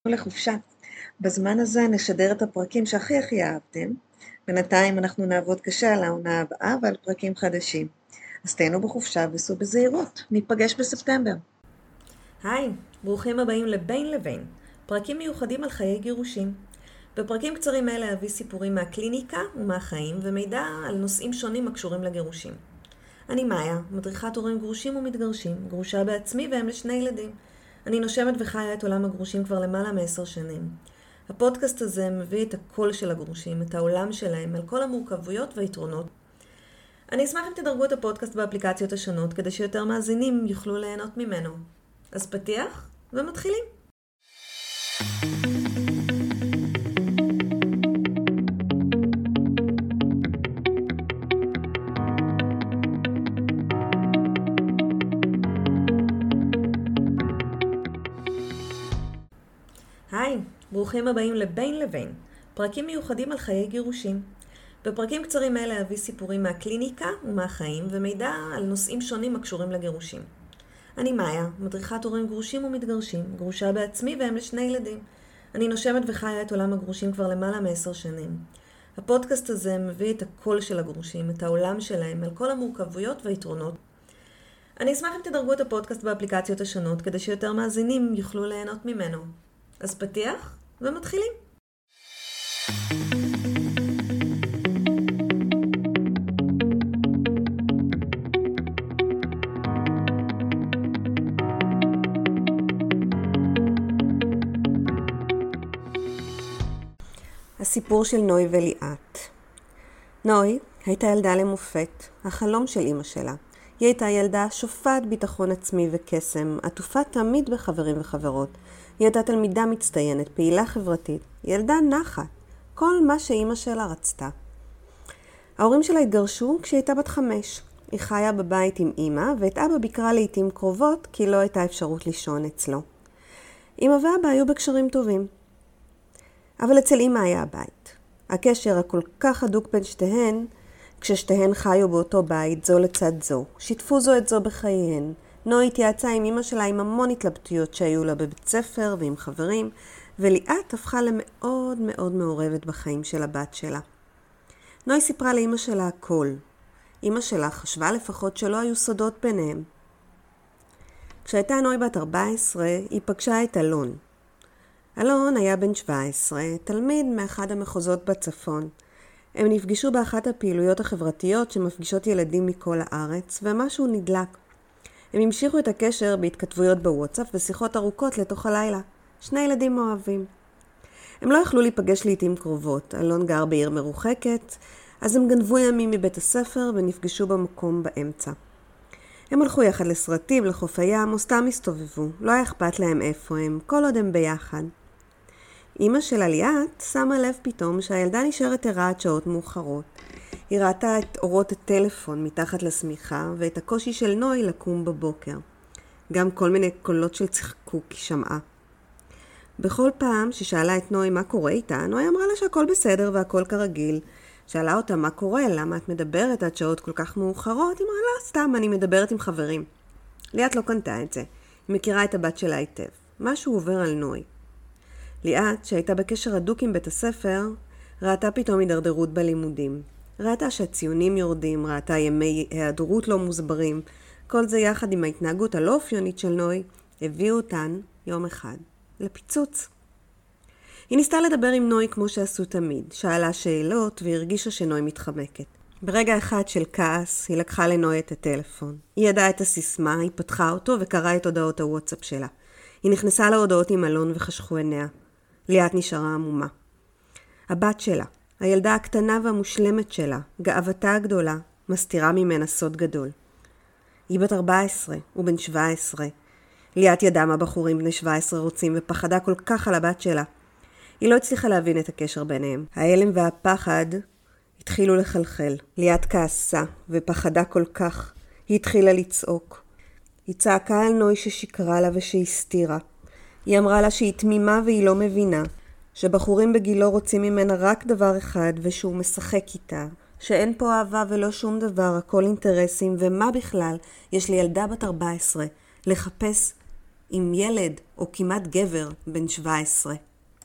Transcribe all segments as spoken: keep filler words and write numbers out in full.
לחופשה. בזמן הזה נשדר את הפרקים שהכי הכי אהבתם. בינתיים אנחנו נעבוד קשה על העונה הבאה ועל פרקים חדשים. אז תהנו בחופשה וסעו בזהירות. ניפגש בספטמבר. היי, ברוכים הבאים לבין לבין, פרקים מיוחדים על חיי גירושים. בפרקים קצרים אלה אביא סיפורים מהקליניקה ומהחיים ומידע על נושאים שונים הקשורים לגירושים. אני מאיה, מדריכת הורים גרושים ומתגרשים, גרושה בעצמי והם לשני ילדים. אני נושמת וחיה את עולם הגרושים כבר למעלה מעשר שנים. הפודקאסט הזה מביא את הקול של הגרושים, את העולם שלהם, על כל המורכבויות והיתרונות. אני אשמח אם תדרגו את הפודקאסט באפליקציות השונות, כדי שיותר מאזינים יוכלו ליהנות ממנו. אז פתיח ומתחילים. היי, ברוכים הבאים לבין לבין, פרקים מיוחדים על חיי גירושים. בפרקים קצרים אלה אביא סיפורים מהקליניקה ומהחיים ומידע על נושאים שונים הקשורים לגירושים. אני מאיה, מדריכת הורים גרושים ומתגרשים, גרושה בעצמי והם לשני ילדים. אני נושמת וחיה את עולם הגרושים כבר למעלה מעשר שנים. הפודקאסט הזה מביא את הקול של הגרושים, את העולם שלהם, על כל המורכבויות והיתרונות. אני אשמח אם תדרגו את הפודקאסט באפליקציות השונות, כדי שיותר מאזינים יוכלו ליהנות ממנו. אז פתיח ומתחילים. הסיפור של נוי וליאת. נוי הייתה ילדה למופת, החלום של אמא שלה. היא הייתה ילדה שופעת ביטחון עצמי וקסם, עטופה תמיד בחברים וחברות. היא הייתה תלמידה מצטיינת, פעילה חברתית, ילדה נחת, כל מה שאמא שלה רצתה. ההורים שלה התגרשו כשהיא הייתה בת חמש. היא חיה בבית עם אמא, ואת אבא ביקרה לעתים קרובות, כי לא הייתה אפשרות לישון אצלו. אמא ואבא היו בקשרים טובים. אבל אצל אמא היה הבית. הקשר הכל כך הדוק בין שתיהן, כששתיהן חיו באותו בית, זו לצד זו. שיתפו זו את זו בחייהן. נוי התייעצה עם אמא שלה עם המון התלבטויות שהיו לה בבית ספר ועם חברים, וליאת הפכה למאוד מאוד מעורבת בחיים של הבת שלה. נוי סיפרה לאמא שלה הכל. אמא שלה חשבה לפחות שלא היו סודות ביניהם. כשהייתה נוי בת ארבע עשרה, היא פגשה את אלון. אלון היה בן שבע עשרה, תלמיד מאחד המחוזות בצפון. הם נפגשו באחת הפעילויות החברתיות שמפגישות ילדים מכל הארץ, ומשהו נדלק. הם המשיכו את הקשר בהתכתבויות בוואטסאפ ושיחות ארוכות לתוך הלילה. שני ילדים אוהבים. הם לא יכלו להיפגש לעתים קרובות. אלון גר בעיר מרוחקת, אז הם גנבו ימים מבית הספר ונפגשו במקום באמצע. הם הלכו יחד לסרטים, לחוף הים, או סתם הסתובבו. לא היה אכפת להם איפה הם, כל עוד הם ביחד. אמא של ליאת שמה לב פתאום שהילדה נשארת ערה עד שעות מאוחרות. היא ראתה את אורות הטלפון מתחת לשמיכה ואת הקושי של נוי לקום בבוקר. גם כל מיני קולות של צחקוק היא שמעה. בכל פעם ששאלה את נוי מה קורה איתה, נוי אמרה לה שהכל בסדר והכל כרגיל. שאלה אותה מה קורה, למה את מדברת עד שעות כל כך מאוחרות, היא אמרה לה סתם, אני מדברת עם חברים. ליאת לא קנתה את זה. היא מכירה את הבת שלה היטב. משהו עובר על נוי. ליאת, שהייתה בקשר הדוק עם בית הספר, ראתה פתאום הידרדרות בלימודים. ראתה שהציונים יורדים, ראתה ימי היעדרות לא מוסברים. כל זה יחד עם ההתנהגות הלא אופיונית של נוי, הביאו אותן יום אחד לפיצוץ. היא ניסתה לדבר עם נוי כמו שעשו תמיד, שאלה שאלות והרגישה שנוי מתחמקת. ברגע אחד של כעס, היא לקחה לנוי את הטלפון. היא ידעה את הסיסמה, היא פתחה אותו וקראה את הודעות הוואטסאפ שלה. היא נכנסה להודעות עם אלון וחשכו עיניה. ליאת נשארה עמומה. הבת שלה, הילדה הקטנה והמושלמת שלה, גאוותה הגדולה, מסתירה ממנה סוד גדול. היא בת ארבע עשרה, הוא בן שבע עשרה. ליאת ידעה מה בחורים בני שבע עשרה רוצים ופחדה כל כך על הבת שלה. היא לא הצליחה להבין את הקשר ביניהם. ההלם והפחד התחילו לחלחל. ליאת כעסה ופחדה כל כך. היא התחילה לצעוק. היא צעקה על נוי ששיקרה לה ושהסתירה. היא אמרה לה שהיא תמימה והיא לא מבינה, שבחורים בגילו רוצים ממנה רק דבר אחד ושהוא משחק איתה, שאין פה אהבה ולא שום דבר, הכל אינטרסים, ומה בכלל יש לי ילדה בת ארבע עשרה לחפש עם ילד או כמעט גבר בן שבע עשרה.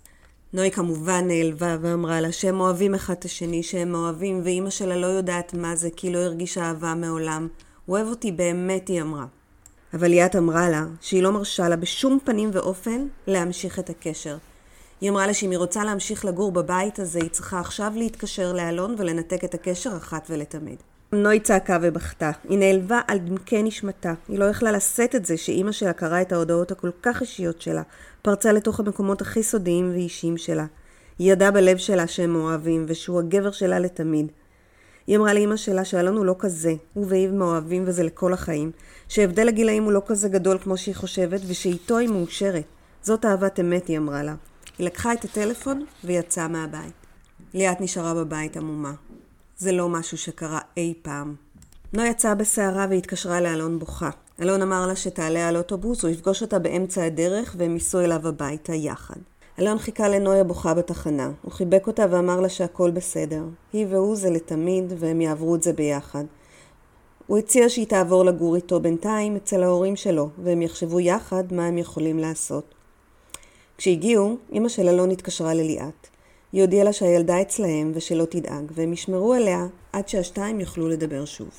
נוי כמובן נעלבה ואמרה לה שהם אוהבים אחד את השני, שהם אוהבים, ואמא שלה לא יודעת מה זה כי לא הרגישה אהבה מעולם. הוא אוהב אותי באמת, היא אמרה. אבל ליאת אמרה לה שהיא לא מרשה לה בשום פנים ואופן להמשיך את הקשר. היא אמרה לה שאם היא רוצה להמשיך לגור בבית הזה, היא צריכה עכשיו להתקשר לאלון ולנתק את הקשר אחת ולתמיד. נוי צעקה ובכתה. היא נעלבה על דמקי נשמתה. היא לא יכלה לשאת את זה שאימא שלה קראה את ההודעות הכל כך אישיות שלה. פרצה לתוך המקומות הכי סודיים ואישיים שלה. היא ידעה בלב שלה שהם אוהבים ושהוא הגבר שלה לתמיד. היא אמרה לאמא שלה שאלון הוא לא כזה, הוא ואיב מאוהבים וזה לכל החיים, שהבדל הגילאים הוא לא כזה גדול כמו שהיא חושבת ושאיתו היא מאושרת. זאת אהבת אמת, היא אמרה לה. היא לקחה את הטלפון ויצאה מהבית. ליאת נשארה בבית עמומה. זה לא משהו שקרה אי פעם. נוי יצאה בסערה והתקשרה לאלון בוכה. אלון אמר לה שתעלה על אוטובוס, הוא יפגוש אותה באמצע הדרך והם ייסעו אליו הביתה יחד. אלון חיכה לנוי הבוכה בתחנה. הוא חיבק אותה ואמר לה שהכל בסדר. היא והוא זה לתמיד והם יעברו את זה ביחד. הוא הציע שהיא תעבור לגור איתו בינתיים אצל ההורים שלו והם יחשבו יחד מה הם יכולים לעשות. כשהגיעו, אמא של אלון התקשרה לליאת. היא הודיעה לה שהילדה אצלהם ושלא תדאג, והם ישמרו עליה עד שהשתיים יוכלו לדבר שוב.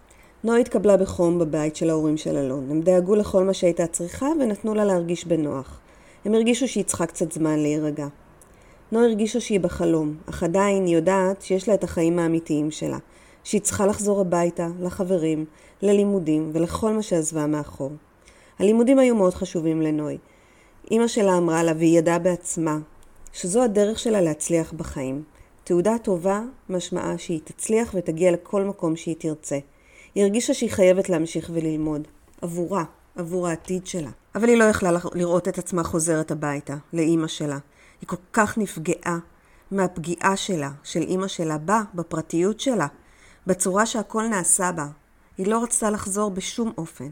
נוי התקבלה בחום בבית של ההורים של אלון. הם דאגו לכל מה שהייתה צריכה ונתנו לה להרגיש בנוח. הם הרגישו שהיא צריכה קצת זמן להירגע. נוי הרגישה שהיא בחלום, אך עדיין היא יודעת שיש לה את החיים האמיתיים שלה, שהיא צריכה לחזור הביתה, לחברים, ללימודים ולכל מה שעזבה מאחור. הלימודים היו מאוד חשובים לנוי. אמא שלה אמרה לה והיא ידעה בעצמה שזו הדרך שלה להצליח בחיים. תעודה טובה משמעה שהיא תצליח ותגיע לכל מקום שהיא תרצה. היא הרגישה שהיא חייבת להמשיך וללמוד. עבורה, עבור העתיד שלה. אבל היא לא יכלה לראות את עצמה חוזרת הביתה, לאמא שלה. היא כל כך נפגעה מהפגיעה שלה, של אמא שלה, בה, בפרטיות שלה, בצורה שהכל נעשה בה. היא לא רצתה לחזור בשום אופן.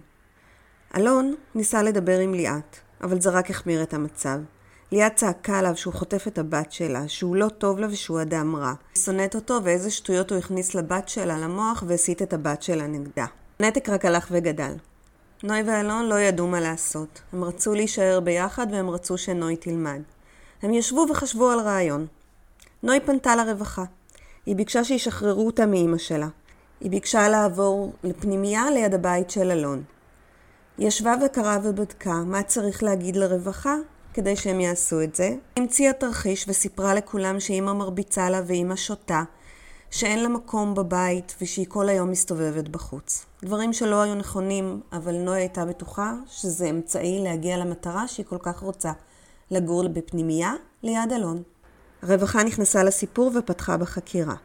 אלון ניסה לדבר עם ליאת, אבל זה רק החמיר את המצב. ליאת צעקה עליו שהוא חוטף את הבת שלה, שהוא לא טוב לה ושהוא אדם רע. היא שונאת אותו ואיזה שטויות הוא הכניס לבת שלה למוח והסית את הבת שלה נגדה. הנתק רק הלך וגדל. נוי ואלון לא ידעו מה לעשות. הם רצו להישאר ביחד והם רצו שנוי תלמד. הם ישבו וחשבו על רעיון. נוי פנתה לרווחה. היא ביקשה שישחררו אותה מאמא שלה. היא ביקשה לעבור לפנימייה ליד הבית של אלון. היא ישבה וקראה ובדקה מה צריך להגיד לרווחה כדי שהם יעשו את זה. המציאה תרחיש וסיפרה לכולם שאמא מרביצה לה ואמא שותה, שאין לה מקום בבית ושהיא כל היום מסתובבת בחוץ. דברים שלא היו נכונים, אבל נוי הייתה בטוחה שזה אמצעי להגיע למטרה שהיא כל כך רוצה, לגור בפנימייה ליד אלון. הרווחה נכנסה לסיפור ופתחה בחקירה.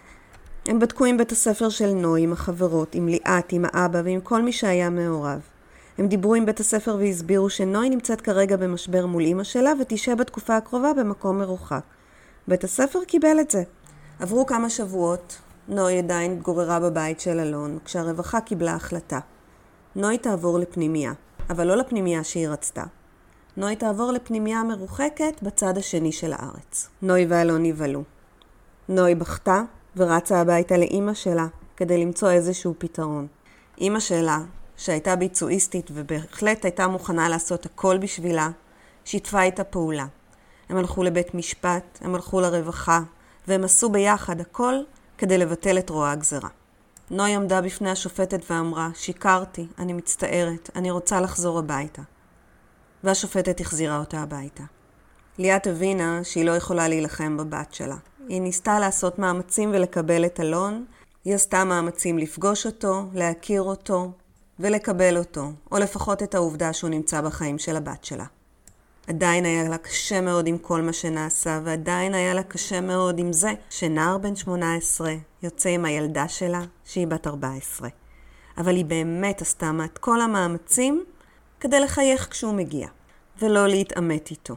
הם בדקו עם בית הספר של נוי, עם החברות, עם ליאת, עם האבא ועם כל מי שהיה מעורב. הם דיברו עם בית הספר והסבירו שנוי נמצאת כרגע במשבר מול אמא שלה ותשעה בתקופה הקרובה במקום מרוחק. בית הספר קיבל את זה. עברו כמה שבועות, נוי עדיין התגוררה בבית של אלון, כשהרווחה קיבלה החלטה. נוי תעבור לפנימייה, אבל לא לפנימייה שהיא רצתה. נוי תעבור לפנימייה מרוחקת בצד השני של הארץ. נוי ואלון נבהלו. נוי בכתה ורצה הביתה לאמא שלה כדי למצוא איזשהו פתרון. אמא שלה, שהייתה ביצועיסטית ובהחלט הייתה מוכנה לעשות הכל בשבילה, שיתפה איתה פעולה. הם הלכו לבית משפט, הם הלכו לרווחה, והם עשו ביחד הכל כדי לבטל את רוע הגזרה. נוי עמדה בפני השופטת ואמרה, שיקרתי, אני מצטערת, אני רוצה לחזור הביתה. והשופטת החזירה אותה הביתה. ליאת הבינה שהיא לא יכולה להילחם בבת שלה. היא ניסתה לעשות מאמצים ולקבל את אלון, היא עשתה מאמצים לפגוש אותו, להכיר אותו ולקבל אותו, או לפחות את העובדה שהוא נמצא בחיים של הבת שלה. עדיין היה לה קשה מאוד עם כל מה שנעשה, ועדיין היה לה קשה מאוד עם זה שנער בן שמונה עשרה יוצא עם הילדה שלה שהיא בת ארבע עשרה. אבל היא באמת עשתה את כל המאמצים כדי לחייך כשהוא מגיע, ולא להתאמת איתו.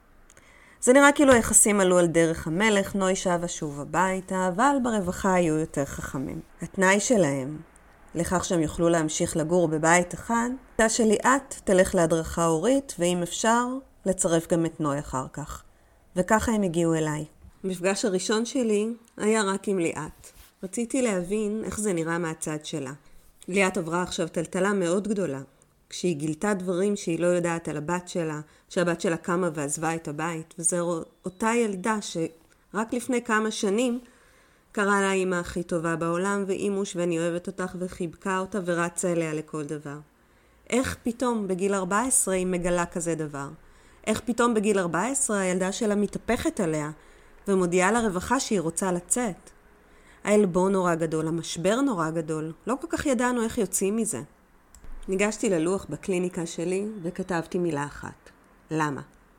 זה נראה כאילו היחסים עלו על דרך המלך, נוי שבה שוב הביתה, אבל ברווחה היו יותר חכמים. התנאי שלהם, לכך שהם יוכלו להמשיך לגור בבית אחד, הייתה שליאת תלך להדרכה הורית, ואם אפשר, לצרף גם את נוי אחר כך. וככה הם הגיעו אליי. המפגש הראשון שלי היה רק עם ליאת. רציתי להבין איך זה נראה מהצד שלה. ליאת עברה עכשיו טלטלה מאוד גדולה. כשהיא גילתה דברים שהיא לא יודעת על הבת שלה, שהבת שלה קמה ועזבה את הבית, וזו אותה ילדה שרק לפני כמה שנים קראה לה אמא הכי טובה בעולם, ואימוש ואני אוהבת אותך, וחיבקה אותה ורצה אליה לכל דבר. איך פתאום בגיל ארבע עשרה היא מגלה כזה דבר? איך פתאום בגיל ארבע עשרה הילדה שלה מתהפכת עליה ומודיעה לרווחה שהיא רוצה לצאת? העלבון נורא גדול, המשבר נורא גדול, לא כל כך ידענו איך יוצאים מזה. ניגשתי ללוח בקליניקה שלי וכתבתי מילה אחת. למה?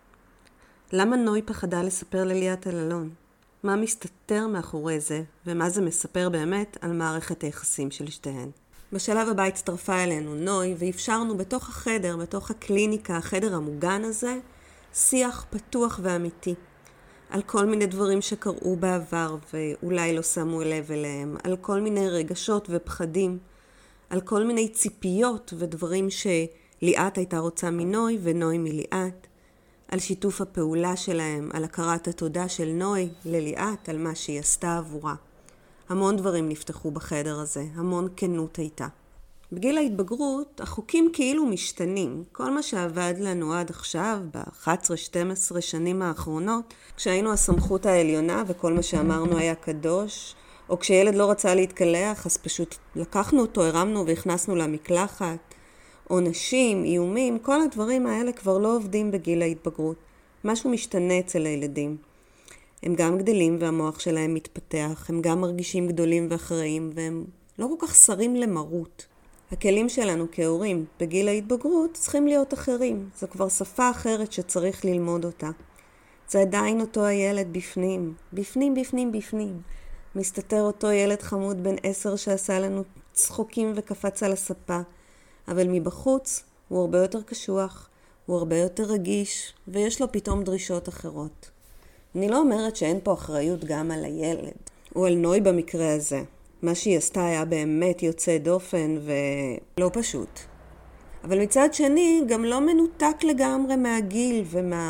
למה נוי פחדה לספר לליאת על אלון? מה מסתתר מאחורי זה, ומה זה מספר באמת על מערכת היחסים של שתיהן? בשלב הבא הצטרפה אלינו נוי, ואפשרנו בתוך החדר, בתוך הקליניקה, החדר המוגן הזה, שיח פתוח ואמיתי. על כל מיני דברים שקראו בעבר ואולי לא שמו לב אליהם, על כל מיני רגשות ופחדים, על כל מיני ציפיות ודברים שליאת הייתה רוצה מנוי ונוי מליאת, על שיתוף הפעולה שלהם, על הכרת התודה של נוי לליאת, על מה שהיא עשתה עבורה. המון דברים נפתחו בחדר הזה, המון כנות הייתה. בגיל ההתבגרות, החוקים כאילו משתנים. כל מה שעבד לנו עד עכשיו, ב-אחת עשרה שתים עשרה שנים האחרונות, כשהיינו הסמכות העליונה וכל מה שאמרנו היה קדוש, או כשילד לא רצה להתקלח, אז פשוט לקחנו אותו, הרמנו והכנסנו למקלחת, עונשים, איומים, כל הדברים האלה כבר לא עובדים בגיל ההתבגרות. משהו משתנה אצל הילדים. הם גם גדלים והמוח שלהם מתפתח, הם גם מרגישים גדולים ואחראים, והם לא כל כך שרים למרות. הכלים שלנו כהורים בגיל ההתבגרות צריכים להיות אחרים. זו כבר שפה אחרת שצריך ללמוד אותה. זה עדיין אותו הילד בפנים, בפנים, בפנים, בפנים. מסתתר אותו ילד חמוד בן עשר שעשה לנו צחוקים וקפץ על הספה. אבל מבחוץ הוא הרבה יותר קשוח, הוא הרבה יותר רגיש, ויש לו פתאום דרישות אחרות. אני לא אומרת שאין פה אחריות גם על הילד, או על נוי במקרה הזה. מה שהיא עשתה היה באמת יוצא דופן ולא פשוט. אבל מצד שני, גם לא מנותק לגמרי מהגיל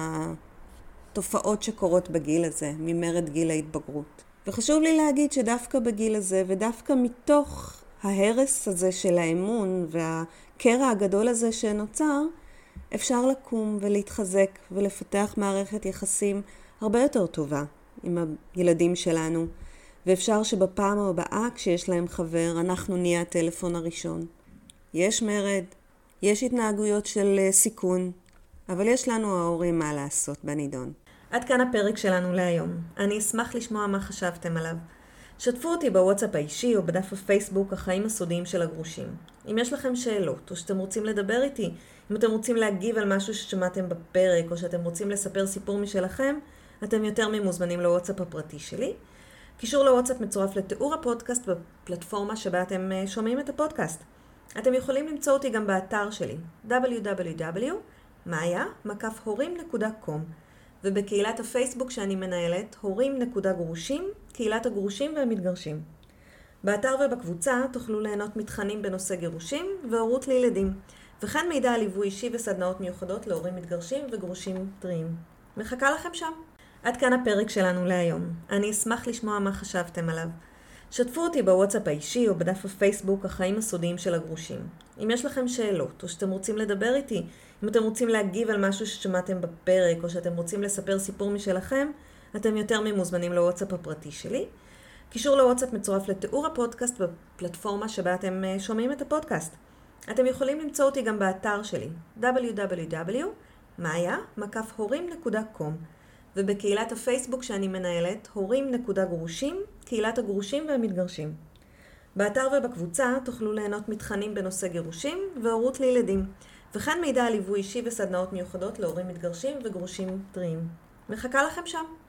ומהתופעות שקורות בגיל הזה, ממרד גיל ההתבגרות. וחשוב לי להגיד שדווקא בגיל הזה, ודווקא מתוך ההרס הזה של האמון והקרע הגדול הזה שנוצר, אפשר לקום ולהתחזק ולפתח מערכת יחסים הרבה יותר טובה עם הילדים שלנו. ואפשר שבפעם הבאה כשיש להם חבר, אנחנו נהיה הטלפון הראשון. יש מרד, יש התנהגויות של סיכון, אבל יש לנו ההורים מה לעשות בנידון. עד כאן הפרק שלנו להיום. אני אשמח לשמוע מה חשבתם עליו. שתפו אותי בוואטסאפ האישי או בדף הפייסבוק החיים הסודיים של הגרושים. אם יש לכם שאלות או שאתם רוצים לדבר איתי, אם אתם רוצים להגיב על משהו ששמעתם בפרק או שאתם רוצים לספר סיפור משלכם, אתם יותר ממוזמנים לוואטסאפ הפרטי שלי. קישור לוואטסאפ מצורף לתיאור הפודקאסט בפלטפורמה שבה אתם שומעים את הפודקאסט. אתם יכולים למצוא אותי גם באתר שלי דאבליו דאבליו דאבליו נקודה מאיה מקף הורים נקודה קום ובקהילת הפייסבוק שאני מנהלת הורים נקודה גרושים, קהילת הגרושים והמתגרשים. באתר ובקבוצה תוכלו ליהנות מתכנים בנושא גירושים והורות לילדים, וכן מידע על ליווי אישי וסדנאות מיוחדות להורים מתגרשים וגרושים טריים. מחכה לכם שם. עד כאן הפרק שלנו להיום. אני אשמח לשמוע מה חשבתם עליו. שתפו אותי בוואטסאפ האישי או בדף הפייסבוק החיים הסודיים של הגרושים. אם יש לכם שאלות או שאתם רוצים לדבר איתי, אם אתם רוצים להגיב על משהו ששמעתם בפרק או שאתם רוצים לספר סיפור משלכם, אתם יותר ממוזמנים לוואטסאפ הפרטי שלי. קישור לוואטסאפ מצורף לתיאור הפודקאסט בפלטפורמה שבה אתם שומעים את הפודקאסט. אתם יכולים למצוא אותי גם באתר שלי דאבליו דאבליו דאבליו נקודה מאיה מקף הורים נקודה קום ובקהילת הפייסבוק שאני מנהלת הורים נקודה גרושים, קהילת הגרושים והמתגרשים. באתר ובקבוצה תוכלו ליהנות מתכנים בנושא גירושים והורות לילדים, וכן מידע על ליווי אישי וסדנאות מיוחדות להורים מתגרשים וגרושים טריים. מחכה לכם שם.